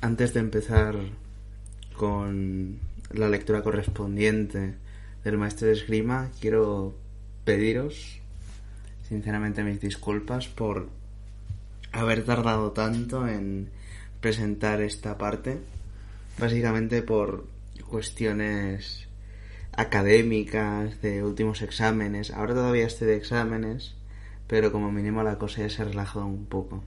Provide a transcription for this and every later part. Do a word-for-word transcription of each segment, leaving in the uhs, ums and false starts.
Antes de empezar con la lectura correspondiente del maestro de esgrima, quiero pediros sinceramente mis disculpas por haber tardado tanto en presentar esta parte, básicamente por cuestiones académicas de últimos exámenes. Ahora todavía estoy de exámenes, pero como mínimo la cosa ya se ha relajado un poco.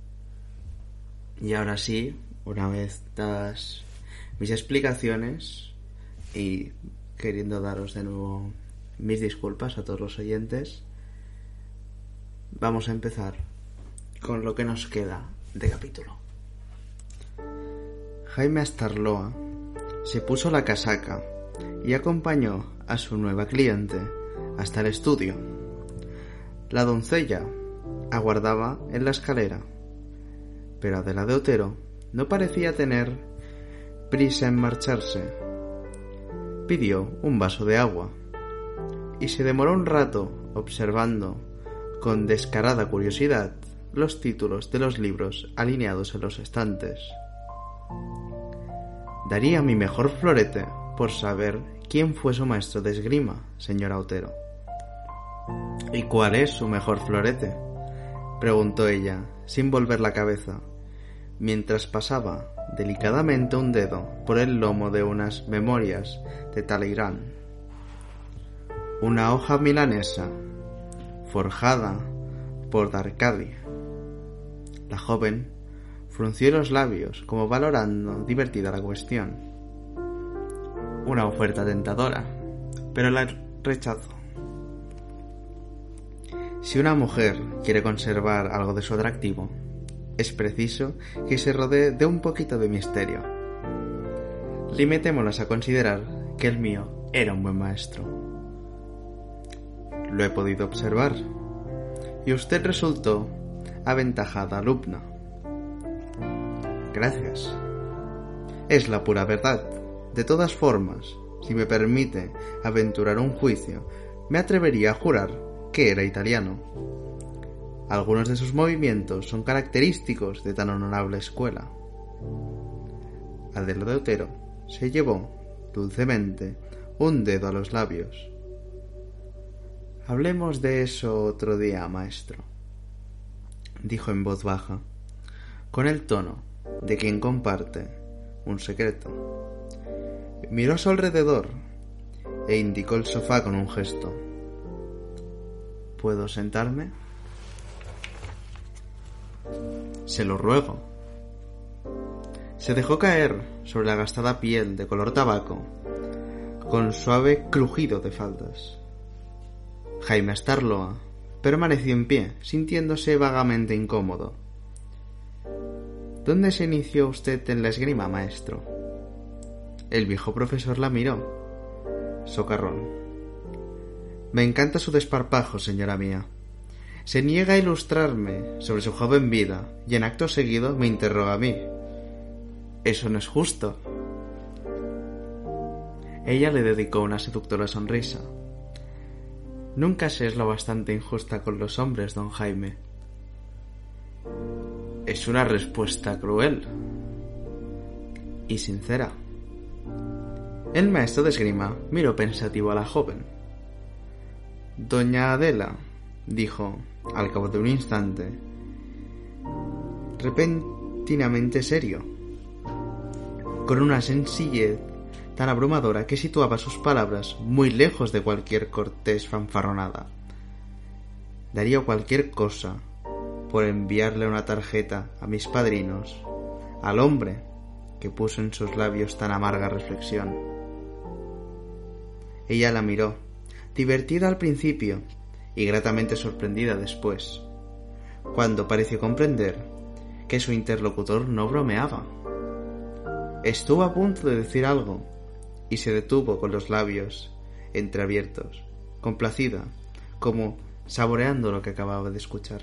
Y ahora sí, una vez dadas mis explicaciones y queriendo daros de nuevo mis disculpas a todos los oyentes, vamos a empezar con lo que nos queda de capítulo. Jaime Astarloa se puso la casaca y acompañó a su nueva cliente hasta el estudio. La doncella aguardaba en la escalera, pero Adela de Otero no parecía tener prisa en marcharse. Pidió un vaso de agua y se demoró un rato observando con descarada curiosidad los títulos de los libros alineados en los estantes. Daría mi mejor florete por saber quién fue su maestro de esgrima, señora Otero. ¿Y cuál es su mejor florete?, preguntó ella, sin volver la cabeza, mientras pasaba delicadamente un dedo por el lomo de unas memorias de Talleyrand. Una hoja milanesa, forjada por D'Arcadi. La joven frunció los labios como valorando divertida la cuestión. Una oferta tentadora, pero la rechazó. Si una mujer quiere conservar algo de su atractivo, es preciso que se rodee de un poquito de misterio. Limitémonos a considerar que el mío era un buen maestro. Lo he podido observar, y usted resultó aventajada alumna. Gracias. Es la pura verdad. De todas formas, si me permite aventurar un juicio, me atrevería a jurar que era italiano. Algunos de sus movimientos son característicos de tan honorable escuela. Adela de Otero se llevó dulcemente un dedo a los labios. Hablemos de eso otro día, maestro, dijo en voz baja, con el tono de quien comparte un secreto. Miró a su alrededor e indicó el sofá con un gesto. ¿Puedo sentarme? Se lo ruego. Se dejó caer sobre la gastada piel de color tabaco, con suave crujido de faldas. Jaime Astarloa permaneció en pie, sintiéndose vagamente incómodo. ¿Dónde se inició usted en la esgrima, maestro? El viejo profesor la miró. Socarrón. Me encanta su desparpajo, señora mía. Se niega a ilustrarme sobre su joven vida y en acto seguido me interroga a mí. Eso no es justo. Ella le dedicó una seductora sonrisa. Nunca se es lo bastante injusta con los hombres, don Jaime. Es una respuesta cruel y sincera. El maestro de esgrima miró pensativo a la joven. Doña Adela, dijo, al cabo de un instante, repentinamente serio, con una sencillez tan abrumadora que situaba sus palabras muy lejos de cualquier cortés fanfarronada. Daría cualquier cosa por enviarle una tarjeta a mis padrinos, al hombre que puso en sus labios tan amarga reflexión. Ella la miró, divertida al principio y gratamente sorprendida después, cuando pareció comprender que su interlocutor no bromeaba. Estuvo a punto de decir algo y se detuvo con los labios entreabiertos, complacida, como saboreando lo que acababa de escuchar.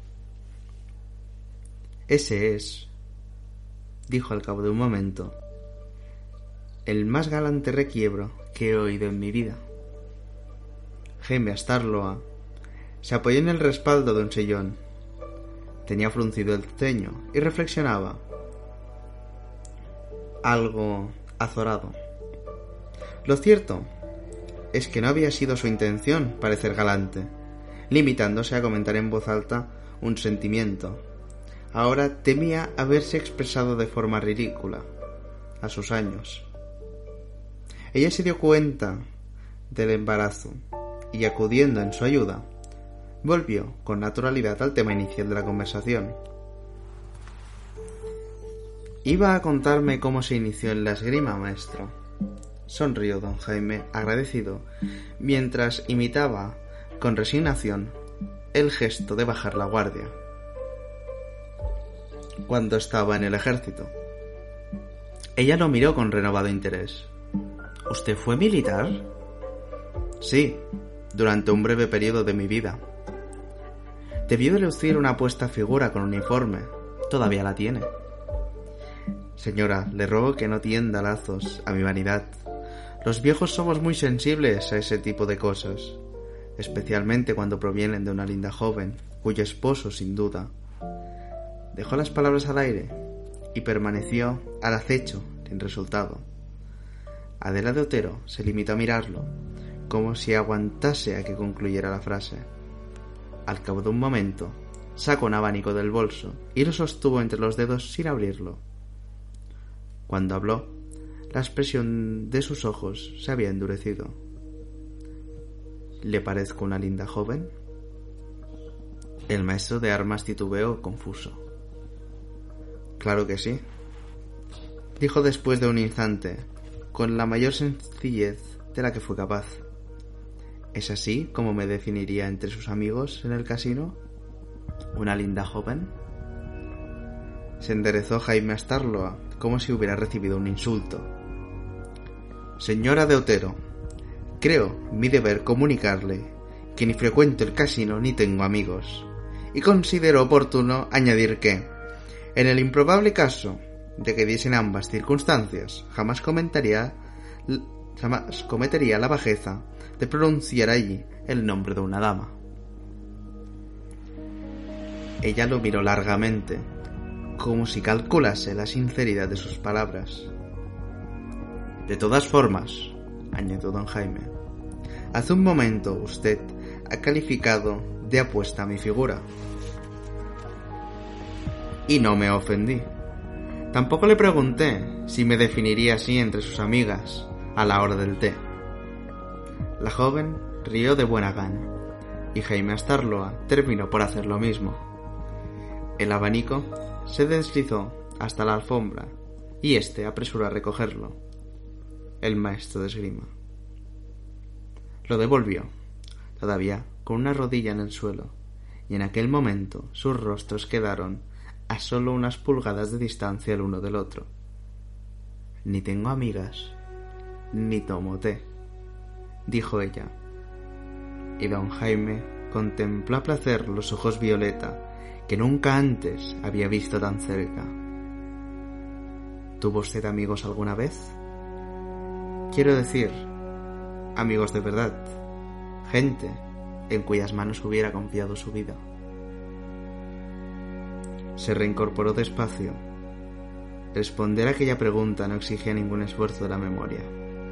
Ese es, dijo al cabo de un momento, el más galante requiebro que he oído en mi vida. Jaime Astarloa se apoyó en el respaldo de un sillón. Tenía fruncido el ceño y reflexionaba. algo azorado. Lo cierto es que no había sido su intención parecer galante, limitándose a comentar en voz alta un sentimiento. Ahora temía haberse expresado de forma ridícula, a sus años. Ella se dio cuenta del embarazo y, acudiendo en su ayuda, volvió con naturalidad al tema inicial de la conversación. Iba a contarme cómo se inició en la esgrima, maestro. Sonrió don Jaime, agradecido, mientras imitaba con resignación el gesto de bajar la guardia. Cuando estaba en el ejército. Ella lo miró con renovado interés. ¿Usted fue militar? Sí, durante un breve periodo de mi vida. Debió de lucir una apuesta figura con uniforme. Todavía la tiene. Señora, le ruego que no tienda lazos a mi vanidad. Los viejos somos muy sensibles a ese tipo de cosas, especialmente cuando provienen de una linda joven, cuyo esposo, sin duda. Dejó las palabras al aire y permaneció al acecho, sin resultado. Adela de Otero se limitó a mirarlo, como si aguantase a que concluyera la frase. Al cabo de un momento, sacó un abanico del bolso y lo sostuvo entre los dedos sin abrirlo. Cuando habló, la expresión de sus ojos se había endurecido. ¿Le parezco una linda joven? El maestro de armas titubeó confuso. Claro que sí, dijo después de un instante, con la mayor sencillez de la que fue capaz. ¿Es así como me definiría entre sus amigos en el casino? ¿Una linda joven? Se enderezó Jaime Astarloa, como si hubiera recibido un insulto. Señora de Otero, creo mi deber comunicarle que ni frecuento el casino ni tengo amigos, y considero oportuno añadir que, en el improbable caso de que diesen ambas circunstancias, jamás comentaría, jamás cometería la bajeza de pronunciar allí el nombre de una dama. Ella lo miró largamente, como si calculase la sinceridad de sus palabras. De todas formas, añadió don Jaime, hace un momento usted ha calificado de apuesta a mi figura. Y no me ofendí. Tampoco le pregunté si me definiría así entre sus amigas a la hora del té. La joven rió de buena gana, y Jaime Astarloa terminó por hacer lo mismo. El abanico se deslizó hasta la alfombra, y éste apresuró a recogerlo. El maestro de esgrima lo devolvió, todavía con una rodilla en el suelo, y en aquel momento sus rostros quedaron a solo unas pulgadas de distancia el uno del otro. Ni tengo amigas, ni tomo té, dijo ella, y don Jaime contempló a placer los ojos violeta que nunca antes había visto tan cerca. ¿Tuvo usted amigos alguna vez? Quiero decir, amigos de verdad, gente en cuyas manos hubiera confiado su vida. Se reincorporó despacio. Responder a aquella pregunta no exigía ningún esfuerzo de la memoria.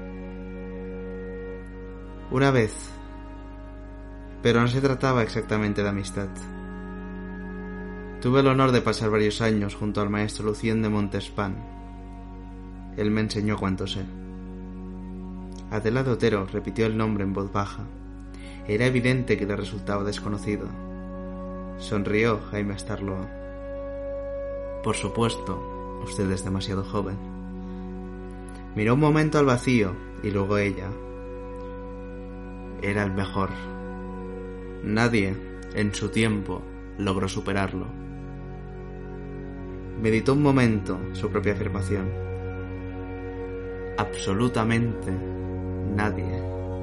Una vez, pero no se trataba exactamente de amistad. Tuve el honor de pasar varios años junto al maestro Lucien de Montespan. Él me enseñó cuanto sé. Adela de Otero repitió el nombre en voz baja. Era evidente que le resultaba desconocido. Sonrió Jaime Astarloa. Por supuesto, usted es demasiado joven. Miró un momento al vacío y luego ella. Era el mejor. Nadie, en su tiempo, logró superarlo. Meditó un momento su propia afirmación. Absolutamente nadie.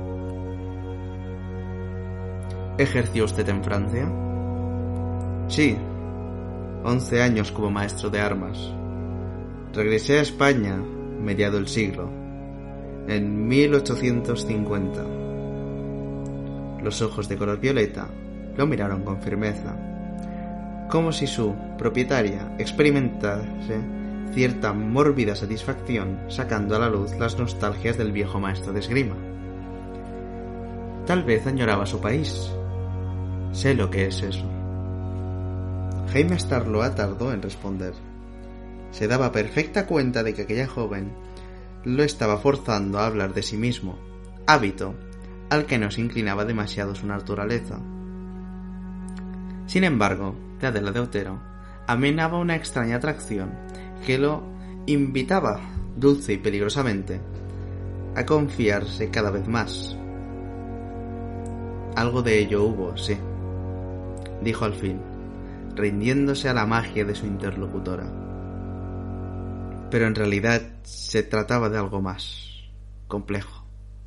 ¿Ejerció usted en Francia? Sí, once años como maestro de armas. Regresé a España mediado el siglo, en mil ochocientos cincuenta. Los ojos de color violeta lo miraron con firmeza, como si su propietaria experimentase cierta mórbida satisfacción sacando a la luz las nostalgias del viejo maestro de esgrima. Tal vez añoraba su país. Sé lo que es eso. Jaime Starloa tardó en responder. Se daba perfecta cuenta de que aquella joven lo estaba forzando a hablar de sí mismo, hábito al que no se inclinaba demasiado su naturaleza. Sin embargo, de Adela de Otero amenaba una extraña atracción que lo invitaba, dulce y peligrosamente, a confiarse cada vez más. Algo de ello hubo, sí, dijo al fin, rindiéndose a la magia de su interlocutora. Pero en realidad se trataba de algo más complejo.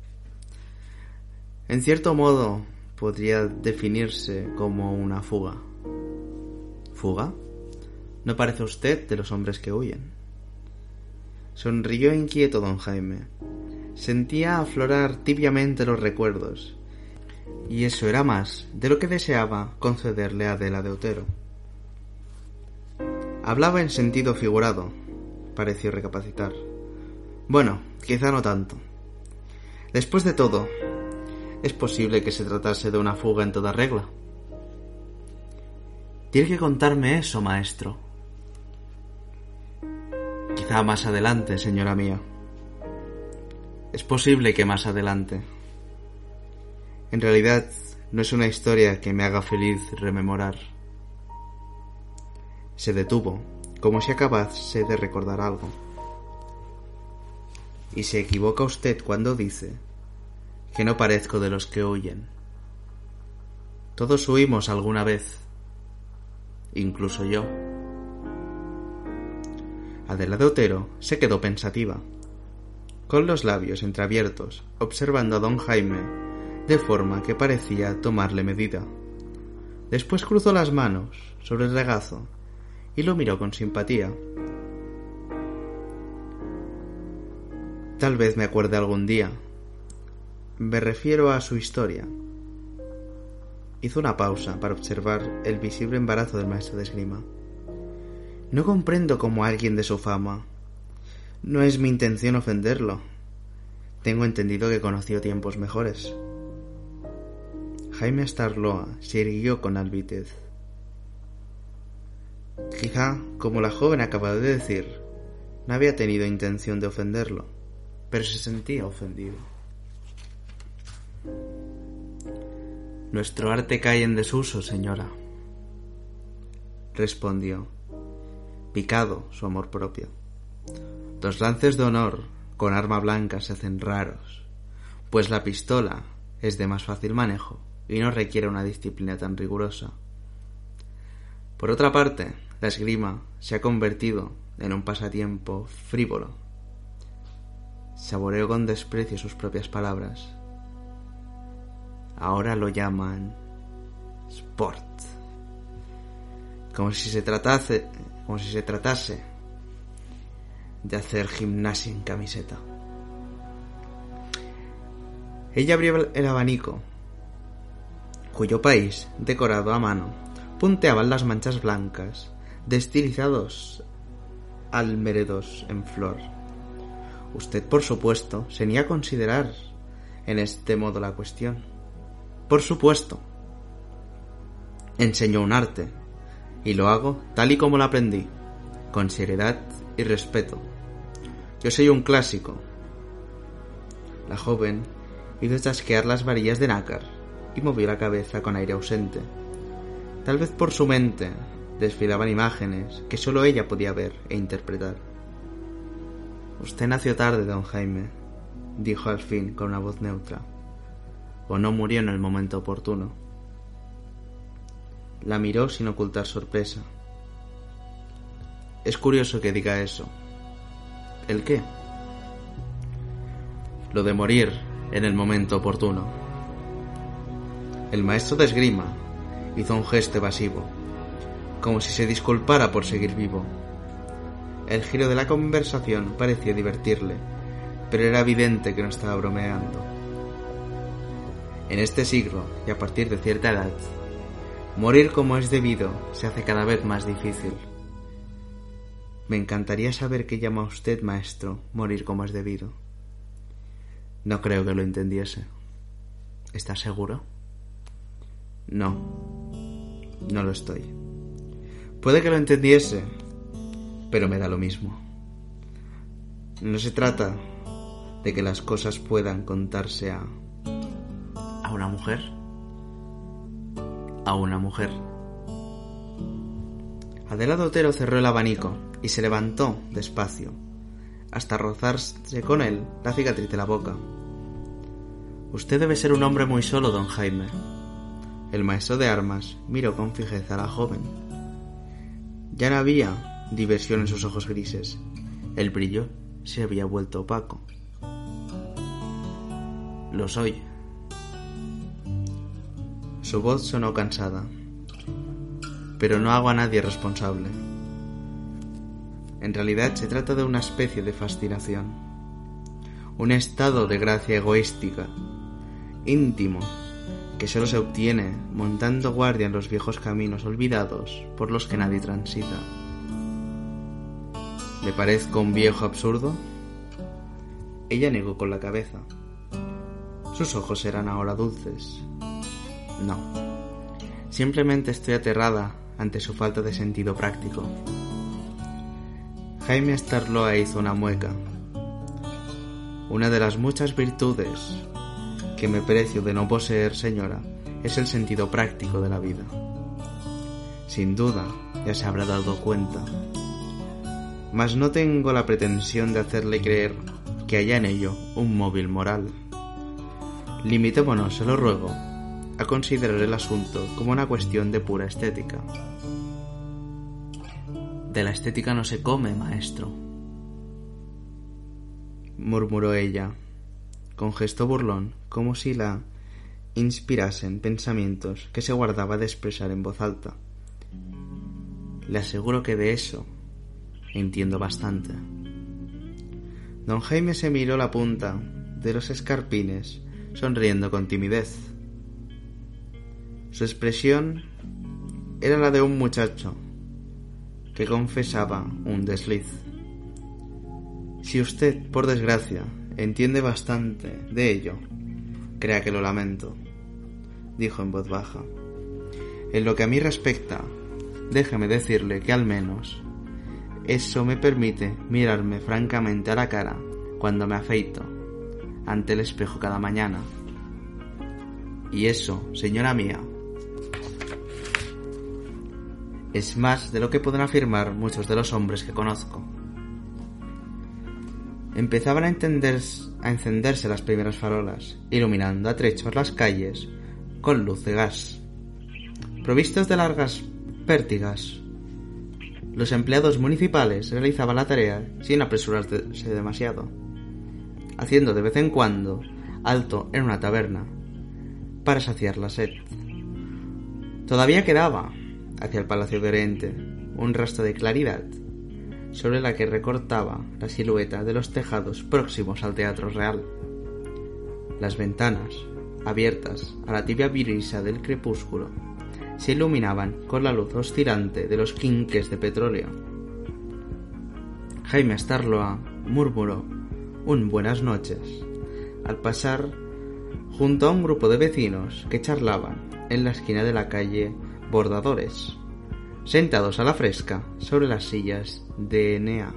En cierto modo, podría definirse como una fuga. ¿Fuga? ¿No parece usted de los hombres que huyen? Sonrió inquieto don Jaime. Sentía aflorar tibiamente los recuerdos, y eso era más de lo que deseaba concederle a Adela de Otero. Hablaba en sentido figurado, pareció recapacitar. Bueno, quizá no tanto. Después de todo, ¿es posible que se tratase de una fuga en toda regla? Tiene que contarme eso, maestro. Quizá más adelante, señora mía. Es posible que más adelante. En realidad, no es una historia que me haga feliz rememorar. Se detuvo, como si acabase de recordar algo. Y se equivoca usted cuando dice que no parezco de los que huyen. Todos huimos alguna vez, incluso yo. Adela de Otero se quedó pensativa, con los labios entreabiertos, observando a don Jaime de forma que parecía tomarle medida. Después cruzó las manos sobre el regazo y lo miró con simpatía. Tal vez me acuerde algún día. Me refiero a su historia. Hizo una pausa para observar el visible embarazo del maestro de esgrima. No comprendo cómo alguien de su fama. No es mi intención ofenderlo. Tengo entendido que conoció tiempos mejores. Jaime Starloa se irguió con altivez. Quizá, como la joven acaba de decir, no había tenido intención de ofenderlo, pero se sentía ofendido. Nuestro arte cae en desuso, señora, respondió, picado su amor propio. Los lances de honor con arma blanca se hacen raros, pues la pistola es de más fácil manejo y no requiere una disciplina tan rigurosa. Por otra parte, la esgrima se ha convertido en un pasatiempo frívolo. Saboreó con desprecio sus propias palabras. Ahora lo llaman sport, como si se tratase, como si se tratase de hacer gimnasia en camiseta. Ella abrió el abanico, cuyo país, decorado a mano, punteaban las manchas blancas de estilizados almeredos en flor. Usted, por supuesto, se niega a considerar en este modo la cuestión. Por supuesto. Enseño un arte, y lo hago tal y como lo aprendí, con seriedad y respeto. Yo soy un clásico. La joven hizo chasquear las varillas de nácar y movió la cabeza con aire ausente. Tal vez por su mente desfilaban imágenes que sólo ella podía ver e interpretar. Usted nació tarde, don Jaime, dijo al fin con una voz neutra, o no murió en el momento oportuno. La miró sin ocultar sorpresa. Es curioso que diga eso. ¿El qué? Lo de morir en el momento oportuno. El maestro de esgrima hizo un gesto evasivo, como si se disculpara por seguir vivo. El giro de la conversación parecía divertirle, pero era evidente que no estaba bromeando. En este siglo, y a partir de cierta edad, morir como es debido se hace cada vez más difícil. Me encantaría saber qué llama usted, maestro, morir como es debido. No creo que lo entendiese. ¿Estás seguro? No, no lo estoy. Puede que lo entendiese, pero me da lo mismo. No se trata de que las cosas puedan contarse a... ¿A una mujer? A una mujer. Adelado Otero cerró el abanico y se levantó despacio, hasta rozarse con él la cicatriz de la boca. Usted debe ser un hombre muy solo, don Jaime. El maestro de armas miró con fijeza a la joven. Ya no había diversión en sus ojos grises. El brillo se había vuelto opaco. Lo soy. Su voz sonó cansada. Pero no hago a nadie responsable. En realidad se trata de una especie de fascinación, un estado de gracia egoística, íntimo, que solo se obtiene montando guardia en los viejos caminos olvidados por los que nadie transita. ¿Le parezco un viejo absurdo? Ella negó con la cabeza. Sus ojos eran ahora dulces. No, simplemente estoy aterrada ante su falta de sentido práctico. Jaime Starloa hizo una mueca. Una de las muchas virtudes que me precio de no poseer, señora, es el sentido práctico de la vida. Sin duda, ya se habrá dado cuenta. Mas no tengo la pretensión de hacerle creer que haya en ello un móvil moral. Limitémonos, se lo ruego, a considerar el asunto como una cuestión de pura estética. De la estética no se come, maestro, murmuró ella, con gesto burlón, como si la inspirasen pensamientos que se guardaba de expresar en voz alta. Le aseguro que de eso entiendo bastante. Don Jaime se miró la punta de los escarpines, sonriendo con timidez. Su expresión era la de un muchacho que confesaba un desliz. Si usted, por desgracia, entiende bastante de ello, crea que lo lamento, dijo en voz baja. En lo que a mí respecta, déjeme decirle que al menos eso me permite mirarme francamente a la cara cuando me afeito ante el espejo cada mañana. Y eso, señora mía, es más de lo que pueden afirmar muchos de los hombres que conozco. Empezaban a, entender, a encenderse las primeras farolas, iluminando a trechos las calles con luz de gas. Provistos de largas pértigas, los empleados municipales realizaban la tarea sin apresurarse demasiado, haciendo de vez en cuando alto en una taberna para saciar la sed. Todavía quedaba hacia el Palacio de Oriente un rastro de claridad sobre la que recortaba la silueta de los tejados próximos al Teatro Real. Las ventanas, abiertas a la tibia brisa del crepúsculo, se iluminaban con la luz oscilante de los quinques de petróleo. Jaime Starloa murmuró un buenas noches al pasar junto a un grupo de vecinos que charlaban en la esquina de la calle Bordadores, sentados a la fresca sobre las sillas de Enea.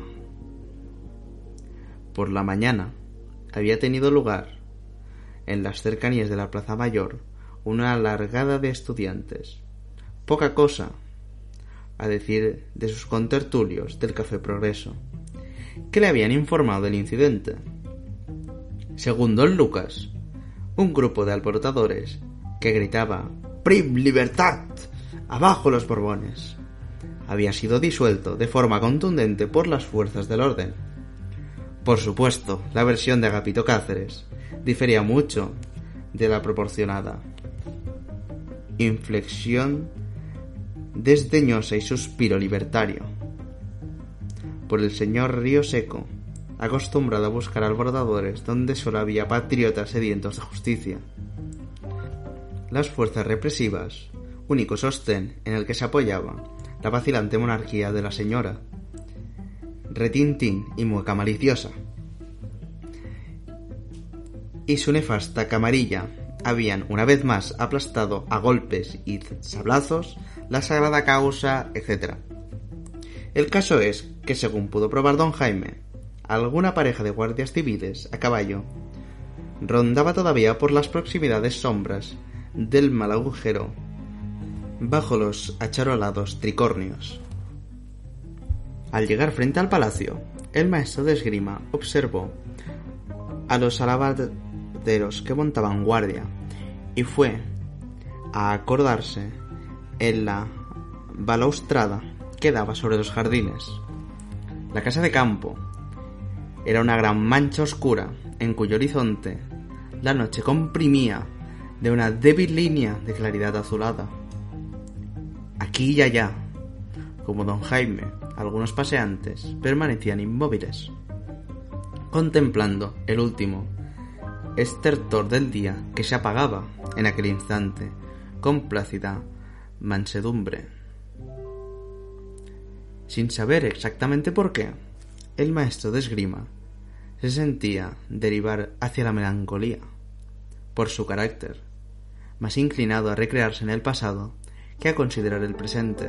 Por la mañana había tenido lugar, en las cercanías de la Plaza Mayor, una largada de estudiantes. Poca cosa, a decir de sus contertulios del Café Progreso, que le habían informado del incidente. Según don Lucas, un grupo de alborotadores que gritaba «¡Prim libertad! ¡Abajo los Borbones!» había sido disuelto de forma contundente por las fuerzas del orden. Por supuesto, la versión de Agapito Cáceres difería mucho de la proporcionada. Inflexión desdeñosa y suspiro libertario por el señor Río Seco, acostumbrado a buscar alborotadores donde solo había patriotas sedientos de justicia. Las fuerzas represivas, único sostén en el que se apoyaba la vacilante monarquía de la señora, retintín y mueca maliciosa. Y su nefasta camarilla habían una vez más aplastado a golpes y sablazos la sagrada causa, etcétera. El caso es que, según pudo probar don Jaime, alguna pareja de guardias civiles a caballo rondaba todavía por las proximidades sombras del mal agujero bajo los acharolados tricornios. Al llegar frente al palacio, el maestro de esgrima observó a los alabarderos que montaban guardia y fue a acordarse en la balaustrada que daba sobre los jardines. La casa de campo era una gran mancha oscura en cuyo horizonte la noche comprimía de una débil línea de claridad azulada. Aquí y allá, como don Jaime, algunos paseantes permanecían inmóviles, contemplando el último estertor del día que se apagaba en aquel instante con plácida mansedumbre. Sin saber exactamente por qué, el maestro de esgrima se sentía derivar hacia la melancolía, por su carácter, más inclinado a recrearse en el pasado que a considerar el presente.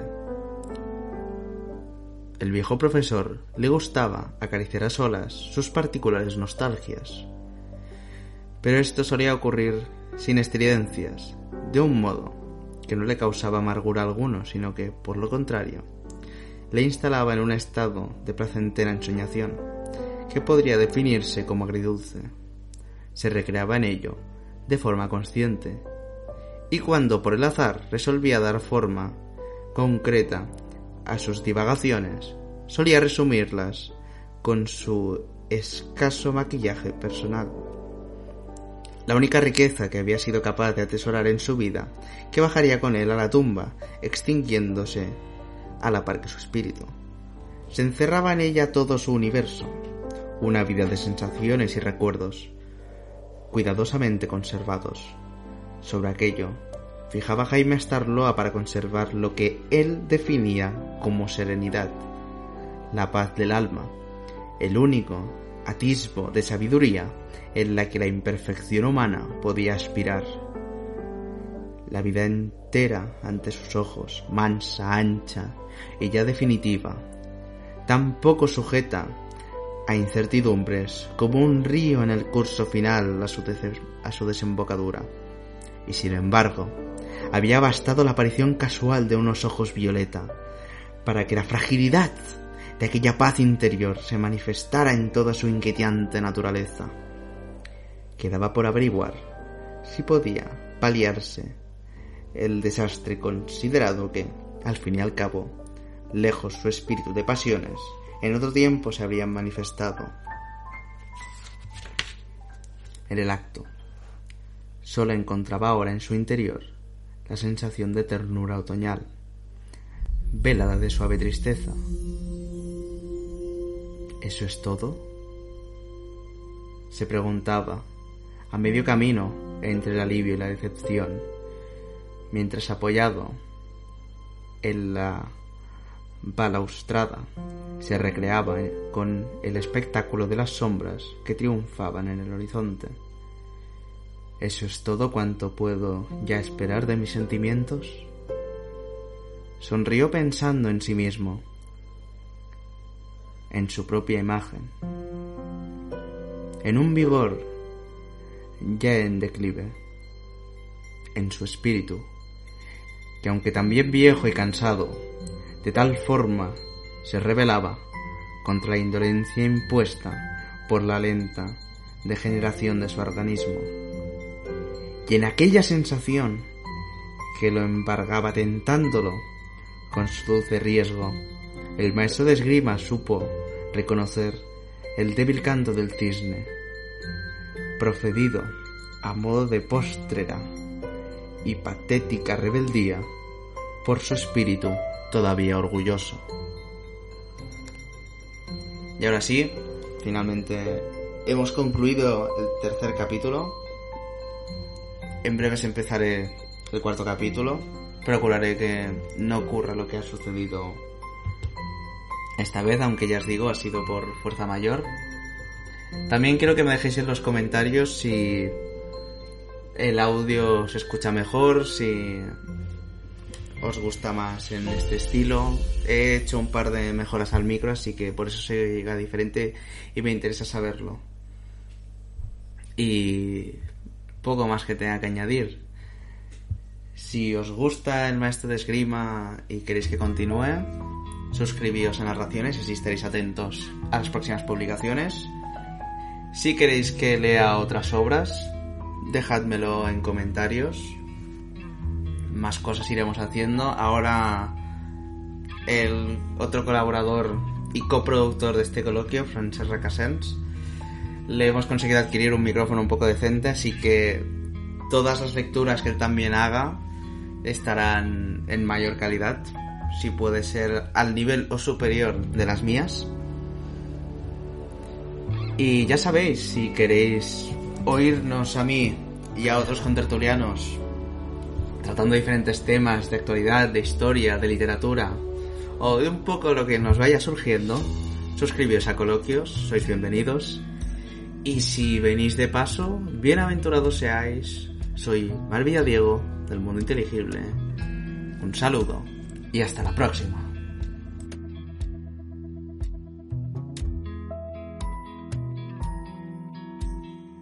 El viejo profesor le gustaba acariciar a solas sus particulares nostalgias, pero esto solía ocurrir sin estridencias, de un modo que no le causaba amargura alguno, sino que, por lo contrario, le instalaba en un estado de placentera ensoñación que podría definirse como agridulce. Se recreaba en ello de forma consciente, y cuando por el azar resolvía dar forma concreta a sus divagaciones, solía resumirlas con su escaso maquillaje personal. La única riqueza que había sido capaz de atesorar en su vida, que bajaría con él a la tumba, extinguiéndose a la par que su espíritu. Se encerraba en ella todo su universo, una vida de sensaciones y recuerdos, cuidadosamente conservados. Sobre aquello fijaba Jaime Astarloa para conservar lo que él definía como serenidad, la paz del alma, el único atisbo de sabiduría en la que la imperfección humana podía aspirar. La vida entera ante sus ojos, mansa, ancha y ya definitiva, tan poco sujeta a incertidumbres como un río en el curso final a su, des- a su desembocadura. Y sin embargo, había bastado la aparición casual de unos ojos violeta para que la fragilidad de aquella paz interior se manifestara en toda su inquietante naturaleza. Quedaba por averiguar si podía paliarse el desastre considerado que, al fin y al cabo, lejos su espíritu de pasiones, en otro tiempo se habrían manifestado. En el acto, solo encontraba ahora en su interior la sensación de ternura otoñal, velada de suave tristeza. ¿Eso es todo?, se preguntaba, a medio camino entre el alivio y la decepción, mientras apoyado en la balaustrada se recreaba con el espectáculo de las sombras que triunfaban en el horizonte. ¿Eso es todo cuanto puedo ya esperar de mis sentimientos? Sonrió pensando en sí mismo, en su propia imagen, en un vigor ya en declive, en su espíritu, que aunque también viejo y cansado, de tal forma se rebelaba contra la indolencia impuesta por la lenta degeneración de su organismo. Y en aquella sensación que lo embargaba tentándolo con su dulce riesgo, el maestro de esgrima supo reconocer el débil canto del cisne, proferido a modo de póstrera y patética rebeldía por su espíritu todavía orgulloso. Y ahora sí, finalmente hemos concluido el tercer capítulo. En breves empezaré el cuarto capítulo. Procuraré que no ocurra lo que ha sucedido esta vez, aunque ya os digo, ha sido por fuerza mayor. También quiero que me dejéis en los comentarios si el audio se escucha mejor, si os gusta más en este estilo. He hecho un par de mejoras al micro, así que por eso se llega diferente y me interesa saberlo. Y poco más que tenga que añadir. Si os gusta el maestro de esgrima y queréis que continúe, suscribíos a Narraciones y así estaréis atentos a las próximas publicaciones. Si queréis que lea otras obras, dejádmelo en comentarios. Más cosas iremos haciendo. Ahora el otro colaborador y coproductor de este coloquio, Francesc Recasens, le hemos conseguido adquirir un micrófono un poco decente, así que todas las lecturas que él también haga estarán en mayor calidad, si puede ser al nivel o superior de las mías. Y ya sabéis, si queréis oírnos a mí y a otros contertulianos tratando diferentes temas de actualidad, de historia, de literatura o de un poco lo que nos vaya surgiendo, suscribíos a Coloquios, sois bienvenidos. Y si venís de paso, bienaventurados seáis. Soy Mar Villadiego, del Mundo Inteligible. Un saludo y hasta la próxima.